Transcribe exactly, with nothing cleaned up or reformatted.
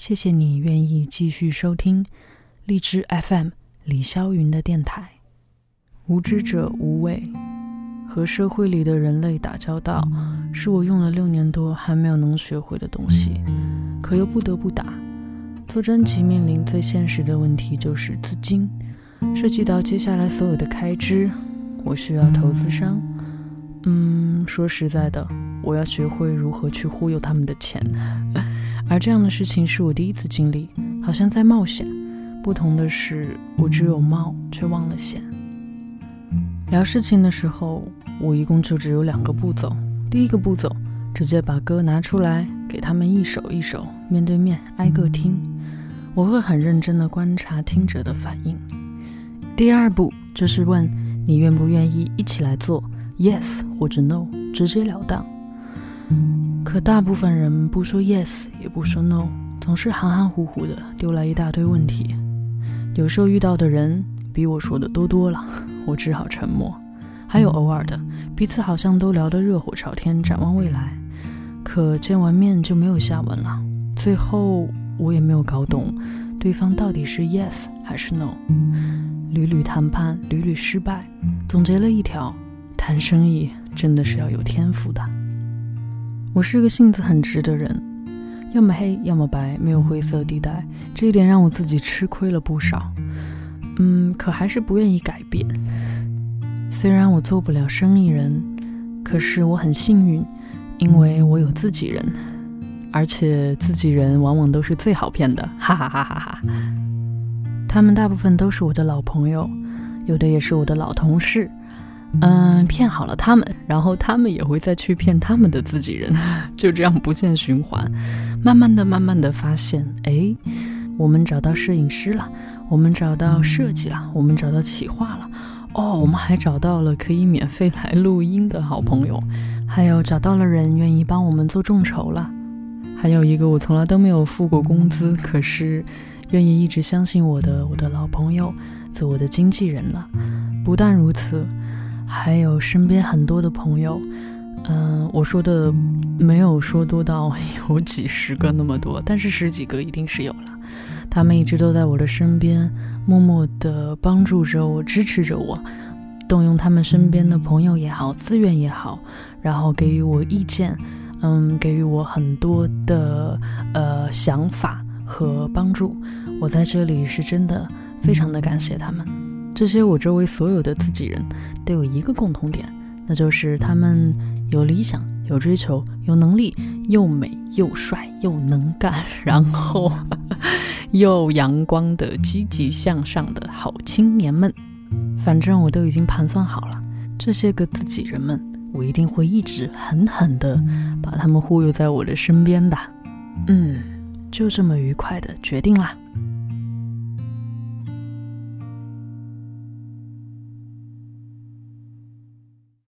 谢谢你愿意继续收听荔枝 F M 李霄云的电台。无知者无畏，和社会里的人类打交道，是我用了六年多还没有能学会的东西，可又不得不打。做专辑面临最现实的问题就是资金，涉及到接下来所有的开支，我需要投资商。嗯，说实在的，我要学会如何去忽悠他们的钱。而这样的事情是我第一次经历，好像在冒险。不同的是，我只有冒，却忘了险。聊事情的时候，我一共就只有两个步骤。第一个步骤，直接把歌拿出来，给他们一首一首，面对面挨个听。我会很认真地观察听者的反应。第二步，就是问你愿不愿意一起来做， yes 或者 no， 直截了当。可大部分人不说 yes 也不说 no， 总是含含糊糊的丢来一大堆问题。有时候遇到的人比我说的多多了，我只好沉默。还有偶尔的，彼此好像都聊得热火朝天，展望未来，可见完面就没有下文了。最后我也没有搞懂对方到底是 yes 还是 no， 屡屡谈判，屡屡失败，总结了一条：谈生意真的是要有天赋的。我是个性子很直的人，要么黑要么白，没有灰色地带，这一点让我自己吃亏了不少。嗯，可还是不愿意改变。虽然我做不了生意人，可是我很幸运，因为我有自己人，而且自己人往往都是最好骗的，哈哈哈哈哈。他们大部分都是我的老朋友，有的也是我的老同事。嗯，骗好了他们，然后他们也会再去骗他们的自己人，就这样不限循环。慢慢的慢慢的发现，诶，我们找到摄影师了，我们找到设计了，我们找到企划了，哦，我们还找到了可以免费来录音的好朋友，还有找到了人愿意帮我们做众筹了，还有一个我从来都没有付过工资，可是愿意一直相信我的我的老朋友做我的经纪人了。不但如此，还有身边很多的朋友，嗯、呃，我说的没有说多到有几十个那么多，但是十几个一定是有了。他们一直都在我的身边，默默地帮助着我，支持着我，动用他们身边的朋友也好，资源也好，然后给予我意见，嗯，给予我很多的呃想法和帮助。我在这里是真的非常的感谢他们。这些我周围所有的自己人都有一个共同点，那就是他们有理想，有追求，有能力，又美又帅又能干，然后又阳光的积极向上的好青年们。反正我都已经盘算好了，这些个自己人们，我一定会一直狠狠的把他们忽悠在我的身边的。嗯，就这么愉快的决定啦。